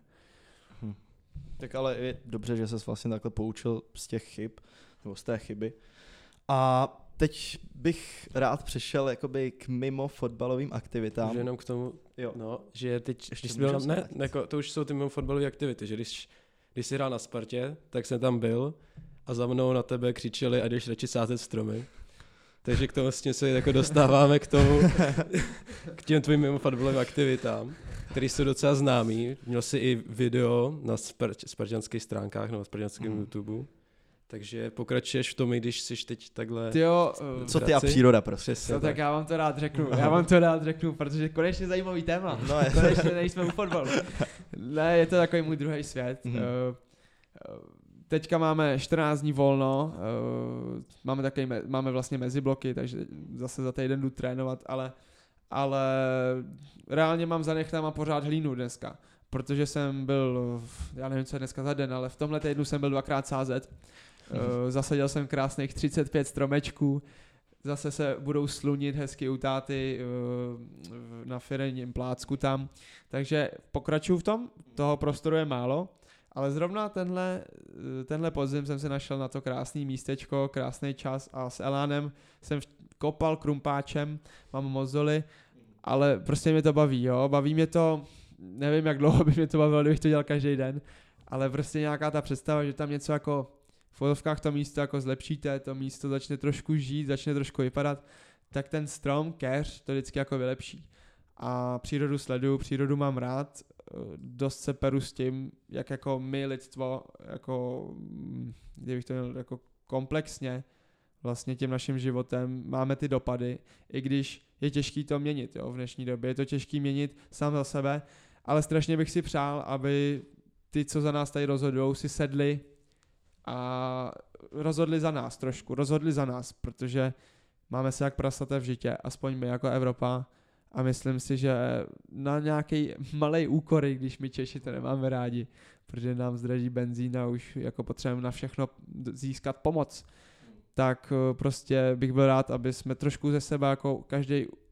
Tak ale je dobře, že ses vlastně takhle poučil z těch chyb, nebo z té chyby. A teď bych rád přešel jakoby k mimo fotbalovým aktivitám. Že jenom k tomu, jo. No, že teď, když jsi byl, jako, to už jsou ty mimo fotbalové aktivity, že když jsi hrál na Spartě, tak jsem tam byl a za mnou na tebe křičeli a jdeš radši sázet stromy. Takže k tomu vlastně se jako dostáváme k tomu, k těm tvým mimo fotbalovým aktivitám, které jsou docela známý. Měl jsi i video na spartianských stránkách nebo spartianském YouTube. Takže pokračuješ v tom, i když jsi teď takhle... Tyjo, co ty a příroda prostě. No, tak já vám to rád řeknu, protože konečně zajímavý téma. No, konečně nejsme u fotbalu. Ne, je to takový můj druhý svět. Teďka máme 14 dní volno, máme vlastně mezibloky, takže zase za týden jdu trénovat, ale reálně mám zanechtáma pořád hlínu dneska. Protože jsem byl, já nevím, co je dneska za den, ale v tomhle týdnu jsem byl 2krát sázet. Zasadil jsem krásných 35 stromečků. Zase se budou slunit hezky u táty na firemním plácku tam. Takže pokračuju v tom, toho prostoru je málo. Ale zrovna tenhle podzim jsem se našel na to krásný místečko, krásný čas a s Elánem jsem kopal krumpáčem, mám mozoly, ale prostě mě to baví, jo. Baví mě to, nevím, jak dlouho by mě to bavilo, kdybych to dělal každý den, ale prostě nějaká ta představa, že tam něco jako v fotovkách to místo jako zlepšíte, to místo začne trošku žít, začne trošku vypadat, tak ten strom, keř, to vždycky jako vylepší. A přírodu sleduju, přírodu mám rád, dost se peru s tím, jak jako my lidstvo, jako, kdybych to měl jako komplexně, vlastně tím naším životem máme ty dopady, i když je těžký to měnit, jo, v dnešní době je to těžký měnit sám za sebe, ale strašně bych si přál, aby ty, co za nás tady rozhodujou, si sedli a rozhodli za nás, protože máme se jak prasaté v žitě, aspoň my jako Evropa, a myslím si, že na nějaký malej úkory, když my Češi to nemáme rádi, protože nám zdraží benzín a už jako potřebujeme na všechno získat pomoc, tak prostě bych byl rád, aby jsme trošku ze sebe jako každý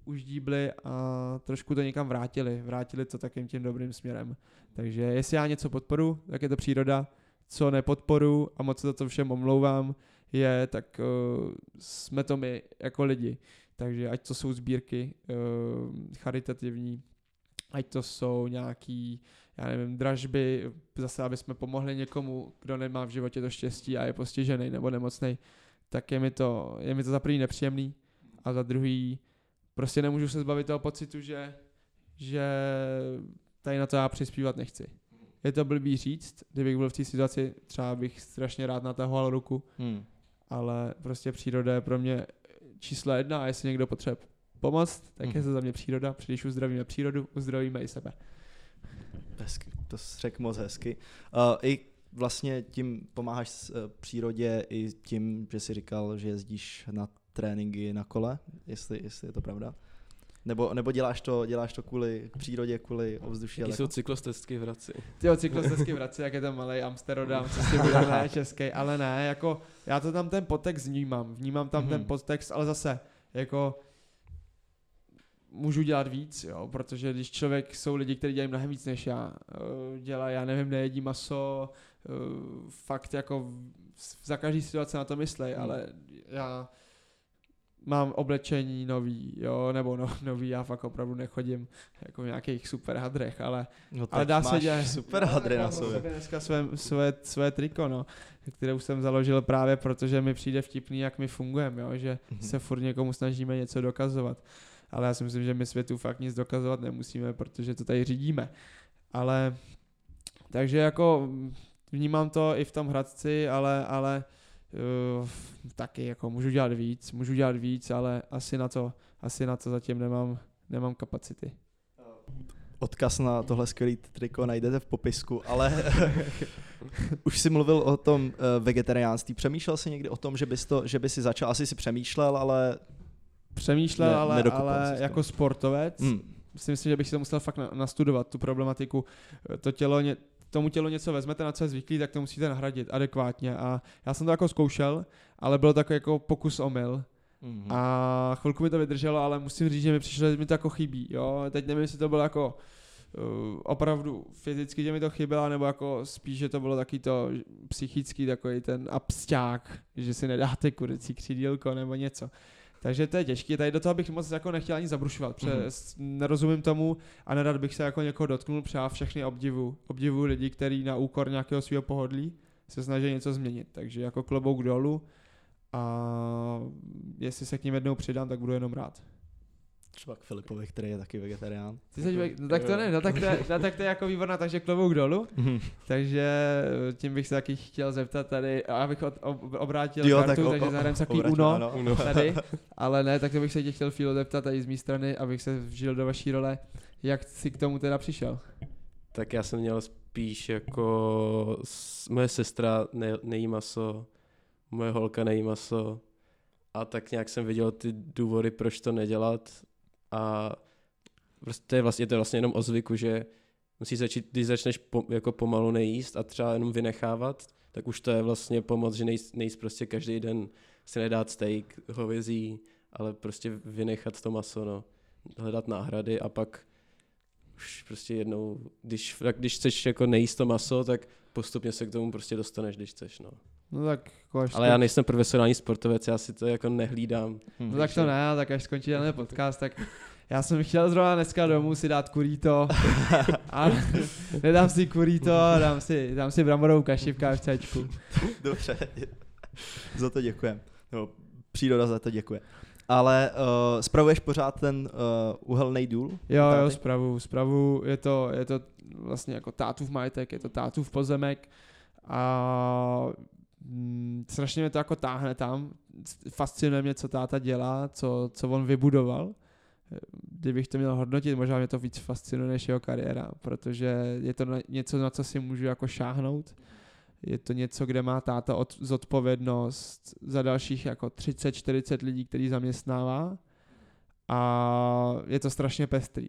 uždíbli a trošku to někam vrátili to takým tím dobrým směrem. Takže jestli já něco podporu, tak je to příroda, co nepodporu a moc se za to všem omlouvám, tak jsme to my jako lidi. Takže ať to jsou sbírky charitativní, ať to jsou nějaký, já nevím, dražby, zase aby jsme pomohli někomu, kdo nemá v životě to štěstí a je postižený nebo nemocnej, tak je mi to za první nepříjemný a za druhý prostě nemůžu se zbavit toho pocitu, že tady na to já přispívat nechci. Je to blbý říct, kdybych byl v té situaci, třeba bych strašně rád natahoval ruku, ale prostě příroda je pro mě číslo 1 a jestli někdo potřebuje pomoct, tak je to za mě příroda. Když uzdravíme přírodu, uzdravíme i sebe. Hezky, to jsi řekl moc hezky. I vlastně tím pomáháš přírodě i tím, že jsi říkal, že jezdíš na tréninky na kole, jestli je to pravda? Nebo děláš to kvůli přírodě, kvůli ovzduší? Jaký jsou cyklostezky v Hradci? Cyklostezky v Hradci, jak je tam malej Amsterdam, co si bude český, ale ne, jako já to tam ten podtext vnímám tam ten podtext, ale zase, jako můžu dělat víc, jo, protože když jsou lidi, kteří dělají mnohem víc než já, já nevím, nejedí maso, fakt jako za každý situace na to myslej, ale já mám oblečení nový, jo, nebo nový, já fakt opravdu nechodím jako v nějakých super hadrech, ale dá se dělat super hadry na sobě. Dneska své triko, no, které už jsem založil právě, protože mi přijde vtipný, jak my fungujeme, jo, že se furt někomu snažíme něco dokazovat. Ale já si myslím, že my světu fakt nic dokazovat nemusíme, protože to tady řídíme. Ale takže jako vnímám to i v tom Hradci, ale taky jako můžu dělat víc, ale asi na to zatím nemám kapacity. Odkaz na tohle skvělý triko najdete v popisku, ale už jsi mluvil o tom vegetariánství. Přemýšlel jsi někdy o tom, že by si začal, asi si přemýšlel, ale jako sportovec si myslím, že bych si to musel fakt nastudovat, tu problematiku. Tomu tělu něco vezmete, na co je zvyklý, tak to musíte nahradit adekvátně. A já jsem to jako zkoušel, ale bylo takový jako pokus omyl. A chvilku mi to vydrželo, ale musím říct, že mi přišlo, že mi to jako chybí. Jo? Teď nevím, jestli to bylo jako opravdu fyzicky, že mi to chybělo, nebo jako spíš, že to bylo taky to psychický, takový ten absťák, že si nedáte kuřecí křídílko nebo něco. Takže to je těžké, tady do toho bych moc jako nechtěl ani zabrušovat, protože nerozumím tomu a nerad bych se jako někoho dotknul, protože všechny obdivu lidí, kteří na úkor nějakého svého pohodlí se snaží něco změnit, takže jako klobouk dolů a jestli se k ním jednou přidám, tak budu jenom rád. Třeba k Filipovi, který je taky vegetarián. Tak to je jako výborná, takže klobouk dolů. Takže tím bych se taky chtěl zeptat tady, abych obrátil kartu, takže zahrajeme takový Uno tady. Ale ne, tak to bych se tě chtěl Filo zeptat tady z mé strany, abych se vžil do vaší role. Jak jsi k tomu teda přišel? Tak já jsem měl spíš jako moje sestra nejí maso, moje holka nejí maso a tak nějak jsem viděl ty důvody, proč to nedělat. A to je vlastně jenom o zvyku, že musíš začít, když začneš jako pomalu nejíst a třeba jenom vynechávat, tak už to je vlastně pomoc, že nejíst prostě každý den si nedát steak, hovězí, ale prostě vynechat to maso, no. Hledat náhrady a pak už prostě jednou, když chceš jako nejíst to maso, tak postupně se k tomu prostě dostaneš, když chceš, no. No tak, ale já nejsem profesionální sportovec, já si to jako nehlídám. No tak to ne, tak až skončí ten podcast, tak já jsem chtěl zrovna dneska domů si dát kurito a nedám si kurito, dám si bramborovou kaši v KFCčku. Dobře, za to děkujem. No, příroda za to děkuje. Ale spravuješ pořád ten uhelný důl? Jo, spravu, je to vlastně jako tátův majetek, je to tátův pozemek a strašně mě to jako táhne tam, fascinuje mě, co táta dělá, co on vybudoval. Kdybych to měl hodnotit, možná mě to víc fascinuje než jeho kariéra, protože je to něco, na co si můžu jako šáhnout. Je to něco, kde má táta zodpovědnost za dalších jako 30-40 lidí, který zaměstnává a je to strašně pestrý.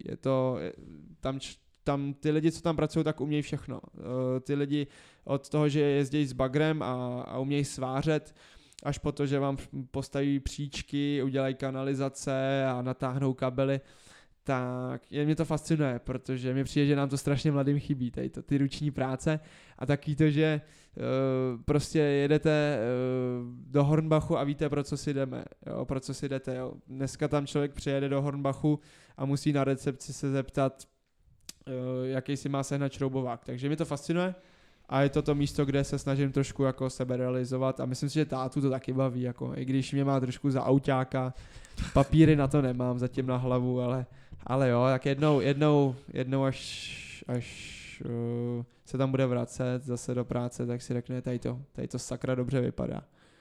Tam ty lidi, co tam pracují, tak umějí všechno. Ty lidi od toho, že jezdí s bagrem a umějí svářet, až po to, že vám postaví příčky, udělají kanalizace a natáhnou kabely, tak mě to fascinuje, protože mi přijde, že nám to strašně mladým chybí, tady to, ty ruční práce a taky to, že prostě jedete do Hornbachu a víte, pro co si jdeme, jo, pro co si jdete. Jo. Dneska tam člověk přijede do Hornbachu a musí na recepci se zeptat, jaký si má sehnat šroubovák. Takže mě to fascinuje a je to to místo, kde se snažím trošku jako sebe realizovat a myslím si, že tátu to taky baví, jako, i když mě má trošku za auťáka, papíry na to nemám zatím na hlavu, ale jo, tak jednou až se tam bude vracet zase do práce, tak si řekne, tady to sakra dobře vypadá.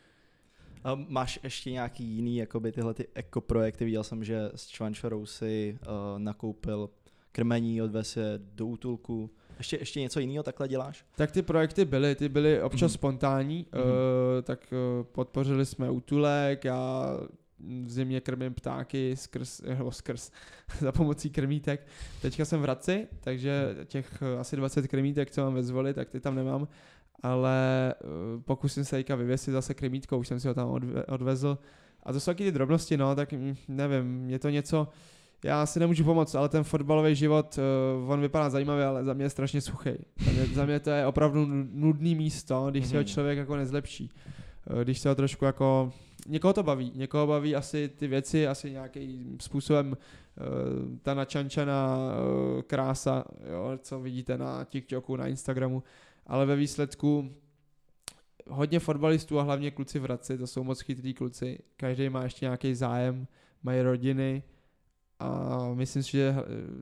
A máš ještě nějaký jiný, jakoby tyhle ty ekoprojekty? Viděl jsem, že s Čvančorou si nakoupil krmení, odvez je do útulku. Ještě něco jiného takhle děláš? Tak ty projekty byly občas spontánní, tak podpořili jsme útulek, já v zimě krmím ptáky skrz za pomocí krmítek. Teďka jsem v Hradci, takže těch asi 20 krmítek, co mám ve Zvoli, tak ty tam nemám, ale pokusím se teďka vyvěsit zase krmítkou, už jsem si ho tam odvezl. A to jsou taky ty drobnosti, no, tak nevím, je to něco, já si nemůžu pomoct, ale ten fotbalový život, on vypadá zajímavě, ale za mě je strašně suchý. Za mě to je opravdu nudný místo, když se ho člověk jako nezlepší. Když se ho trošku jako... Někoho baví asi ty věci, asi nějakým způsobem ta načančaná krása, jo, co vidíte na TikToku, na Instagramu, ale ve výsledku hodně fotbalistů a hlavně kluci v Hradci, to jsou moc chytrý kluci, každý má ještě nějaký zájem, mají rodiny a myslím si, že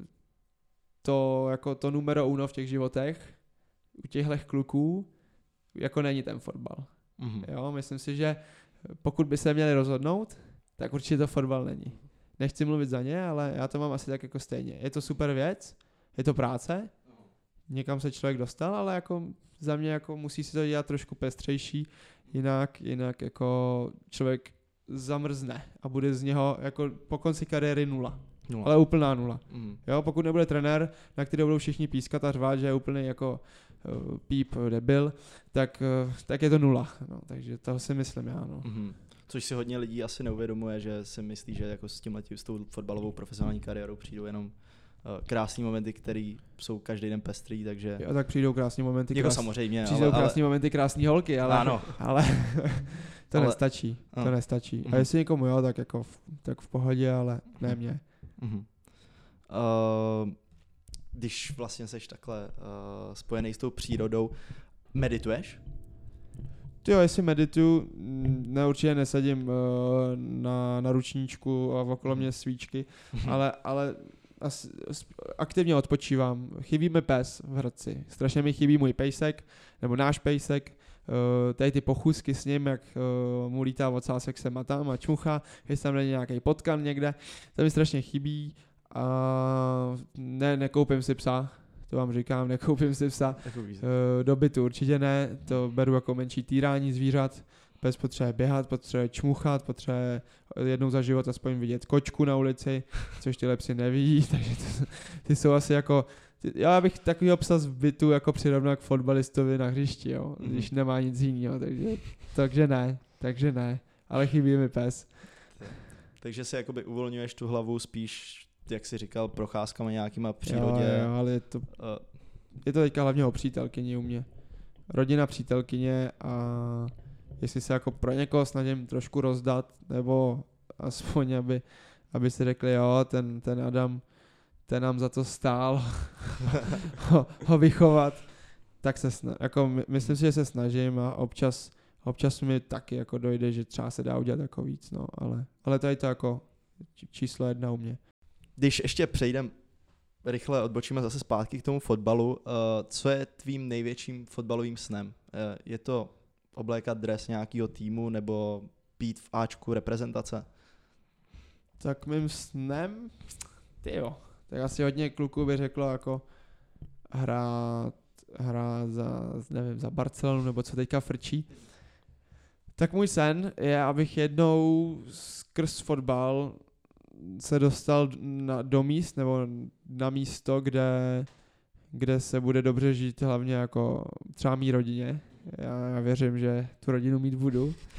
to jako to numero uno v těch životech u těchto kluků jako není ten fotbal. Jo, myslím si, že pokud by se měli rozhodnout, tak určitě to fotbal není. Nechci mluvit za ně, ale já to mám asi tak jako stejně. Je to super věc, je to práce, někam se člověk dostal, ale jako za mě jako musí si to dělat trošku pestřejší, jinak jako člověk zamrzne a bude z něho jako po konci kariéry nula. Ale úplná nula. Jo, pokud nebude trenér, na který budou všichni pískat a řvát, že je úplný jako píp debil, tak je to nula. No, takže toho si myslím já. No. Což si hodně lidí asi neuvědomuje, že si myslí, že jako s tou fotbalovou profesionální kariérou přijdou jenom krásný momenty, které jsou každý den pestrý, takže... Jo, tak přijdou krásný momenty. Jako samozřejmě. Přijdou krásný momenty, krásný holky, ale... Ano. ale to nestačí. To nestačí. A jestli někomu jo, tak jako tak v pohodě, ale ne mě. Když vlastně seš takhle spojený s tou přírodou, medituješ? Jo, jestli medituju, určitě nesadím na ručníčku a okolo mě svíčky, ale aktivně odpočívám. Chybí mi pes v Hradci. Strašně mi chybí můj pejsek, nebo náš pejsek. Tady ty pochůzky s ním, jak mu lítá ocásek sem a tam a čmuchá, jestli tam není nějaký potkan někde. To mi strašně chybí. A nekoupím si psa, to vám říkám, nekoupím si psa. Do bytu určitě ne, to beru jako menší týrání zvířat. Pes potřebuje běhat, potřebuje čmuchat, potřebuje jednou za život aspoň vidět kočku na ulici, což ty psi nevidí, takže ty jsou asi jako... Já bych takovýho psa z bytu jako přirovnal k fotbalistovi na hřišti, jo, když nemá nic jiného, takže ne, ale chybí mi pes. Takže si jakoby uvolňuješ tu hlavu spíš, jak jsi říkal, procházkama nějakýma v přírodě. Jo, ale je to teďka hlavně o přítelkyni u mě. Rodina, přítelkyně a jestli se jako pro někoho snažím trošku rozdat, nebo aspoň, aby si řekli, jo, ten Adam, ten nám za to stál ho vychovat, tak myslím si, že se snažím a občas mi taky jako dojde, že třeba se dá udělat jako víc, no, ale to je to jako číslo 1 u mě. Když ještě rychle odbočíme zase zpátky k tomu fotbalu, co je tvým největším fotbalovým snem? Je to oblékat dres nějakého týmu nebo být v Ačku reprezentace? Tak mým snem, tak asi hodně kluků by řeklo jako hrát za Barcelonu nebo co teďka frčí. Tak můj sen je, abych jednou skrz fotbal se dostal do míst nebo na místo, kde se bude dobře žít, hlavně jako třeba mý rodině. Já věřím, že tu rodinu mít budu.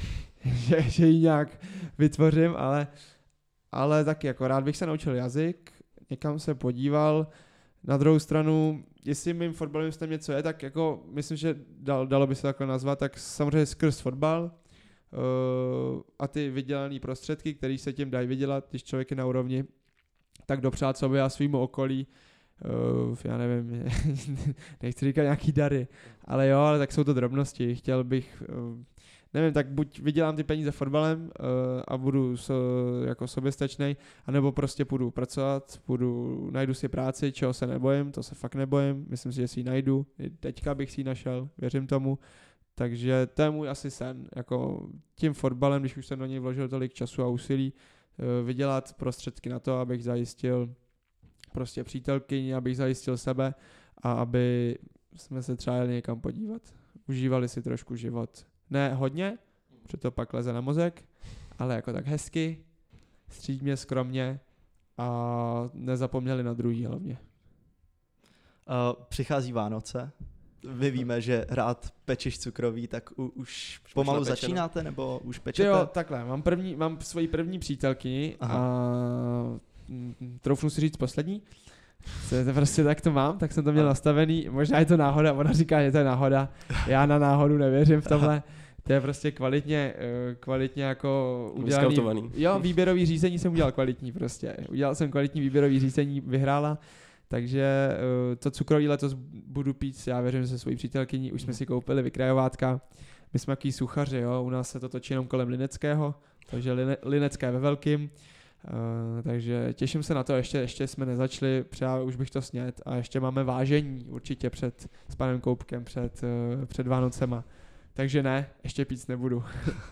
že ji nějak vytvořím, ale taky jako rád bych se naučil jazyk, někam se podíval. Na druhou stranu, jestli mým fotbalistem něco je, tak jako myslím, že dalo by se takhle nazvat, tak samozřejmě skrz fotbal a ty vydělané prostředky, které se tím dají vydělat, když člověk je na úrovni, tak dopřát sobě a svýmu okolí, já nevím, nechci říkat nějaký dary, ale tak jsou to drobnosti, chtěl bych, nevím, tak buď vydělám ty peníze fotbalem a budu jako soběstačnej, anebo prostě půjdu pracovat, najdu si práci, čeho se nebojím, to se fakt nebojím, myslím si, že si ji najdu, teďka bych si ji našel, věřím tomu, takže to je můj asi sen, jako tím fotbalem, když už jsem do něj vložil tolik času a úsilí, vydělat prostředky na to, abych zajistil prostě přítelkyni, abych zajistil sebe a aby jsme se třeba jeli někam podívat, užívali si trošku život. Ne hodně, protože to pak leze na mozek, ale jako tak hezky, střídmě, skromně a nezapomněli na druhý hlavně. Přichází Vánoce. Vy víme, že rád pečeš cukroví, tak už pomalu začínáte, nebo už pečete? Jo, takhle, mám svoji první přítelkyni. Aha. A troufnu si říct poslední. To prostě tak to mám, tak jsem to měl nastavený. Možná je to náhoda, ona říká, že to je náhoda. Já na náhodu nevěřím v tomhle. To je prostě kvalitně jako udělaný. Jo, výběrový řízení jsem udělal kvalitní prostě. Udělal jsem kvalitní výběrový řízení, vyhrála. Takže to cukroví letos budu pít, já věřím, se svojí přítelkyní, už jsme si koupili vykrajovátka. My jsme takový suchaři, jo, u nás se to točí jenom kolem Lineckého, takže Linecké ve velkým. Takže těším se na to, ještě jsme nezačali, třeba už bych to snět a ještě máme vážení určitě s panem Koupkem před Vánocema. Takže ne, ještě pít nebudu.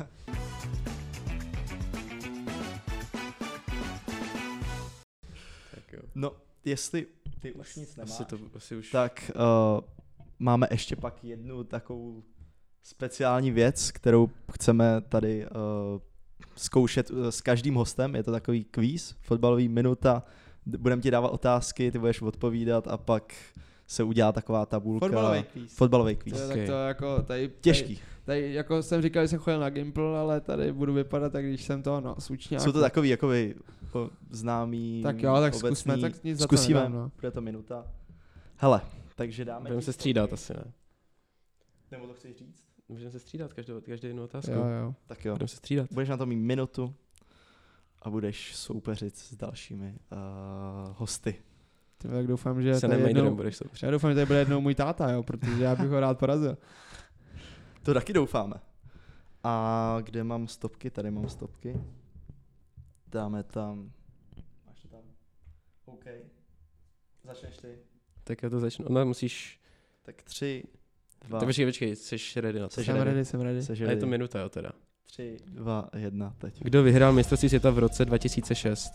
Tak jo. No, jestli ty už nic nemáš, asi už... tak máme ještě pak jednu takovou speciální věc, kterou chceme tady zkoušet s každým hostem. Je to takový kvíz, fotbalový minuta. Budeme ti dávat otázky, ty budeš odpovídat a pak se udělá taková tabulka. Fotbalový kvíz. Okay. To jako těžký. Tady jako jsem říkal, že jsem chodil na Gimple, ale tady budu vypadat, tak když jsem to, slučňáku. Jsou to takový jakoby známý, tak jo, tak obecný. Zkusme, tak nic Zkusíme, za to nedám, bude to minuta. Hele, takže dáme... Budeme se střídat asi, ne? Nebo to chceš říct? Můžeme se střídat každou jednu otázku. Jo. Tak jo. Budeme se střídat. Budeš na to mít minutu a budeš soupeřit s dalšími hosty. Tak doufám, že se jednou... budeš soupeřit. Já doufám, že tady bude jednou můj táta, jo, protože já bych ho rád porazil. To taky doufáme. A kde mám stopky? Tady mám stopky. Dáme tam... Máš to tam? OK. Začneš ty. Tak já to začnu. No musíš... Tak 3, 2... Tak počkej, jsi ready na to. Jsem ready. A je to minuta, jo teda. 3, 2, 1, teď. Kdo vyhrál mistrovství světa v roce 2006?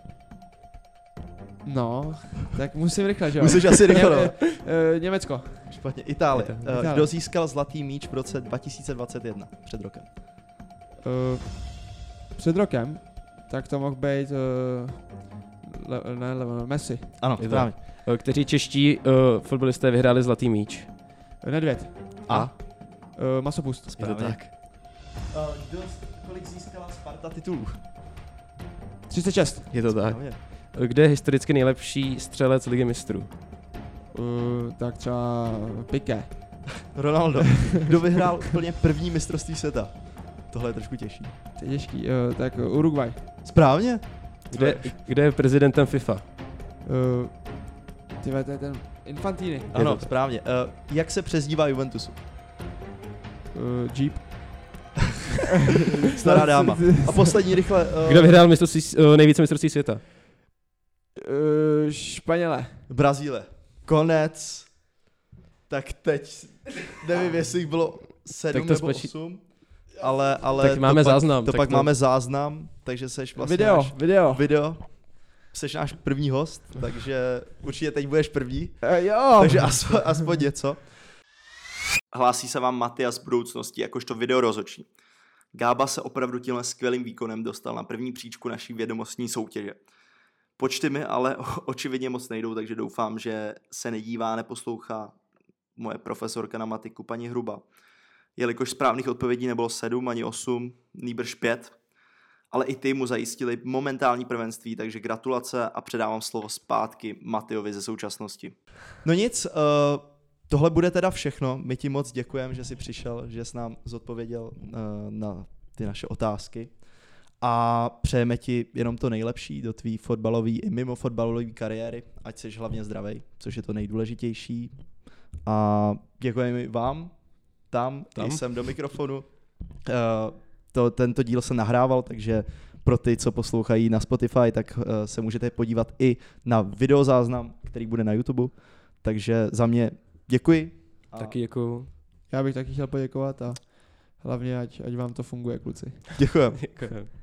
No, tak musím rychle, že jo? Musíš asi rychle, Německo. Špatně, Itálie. Kdo získal zlatý míč v roce 2021, před rokem? Před rokem? Tak to mohl být Messi. Ano, správně. Kteří čeští fotbalisté vyhráli zlatý míč? Nedvěd. A? Masopust. Správně. Tak. Kolik získala Sparta titulů? 36. Je to tak. Kde je historicky nejlepší střelec Ligy mistrů? Tak třeba Piqué. Ronaldo. Kdo vyhrál úplně první mistrovství světa? Tohle je trošku těžší. To je těžký. Tak Uruguay. Správně? Kde je prezidentem FIFA? To je ten Infantini. Ano, správně. Jak se přezdívá Juventusu? Jeep. Stará dáma. A poslední rychle... Kdo vyhrál nejvíce mistrovství světa? Španělé. Brazílie. Konec. Tak teď nevím, jestli jich bylo 7 nebo 8. Ale tak máme záznam. To pak máme záznam, takže seš vlastně video. Seš náš první host, takže určitě teď budeš první. Jo. Takže aspoň něco. Hlásí se vám Matyas z budoucnosti, jakožto videorozhodčí. Gába se opravdu tímhle skvělým výkonem dostal na první příčku naší vědomostní soutěže. Počty mi ale očividně moc nejdou, takže doufám, že se nedívá, neposlouchá moje profesorka na matiku paní Hruba. jelikož správných odpovědí nebylo 7 ani 8, nýbrž 5, ale i ty mu zajistili momentální prvenství, takže gratulace a předávám slovo zpátky Matejovi ze současnosti. No nic, tohle bude teda všechno. My ti moc děkujeme, že jsi přišel, že jsi nám zodpověděl na ty naše otázky a přejeme ti jenom to nejlepší do tvý fotbalové i mimo fotbalové kariéry, ať jsi hlavně zdravej, což je to nejdůležitější. A děkujeme vám, tam. Jsem do mikrofonu. Tento díl se nahrával, takže pro ty, co poslouchají na Spotify, tak se můžete podívat i na videozáznam, který bude na YouTube. Takže za mě děkuji. Taky děkuju. Já bych taky chtěl poděkovat a hlavně ať vám to funguje, kluci. Děkujeme. Děkujem.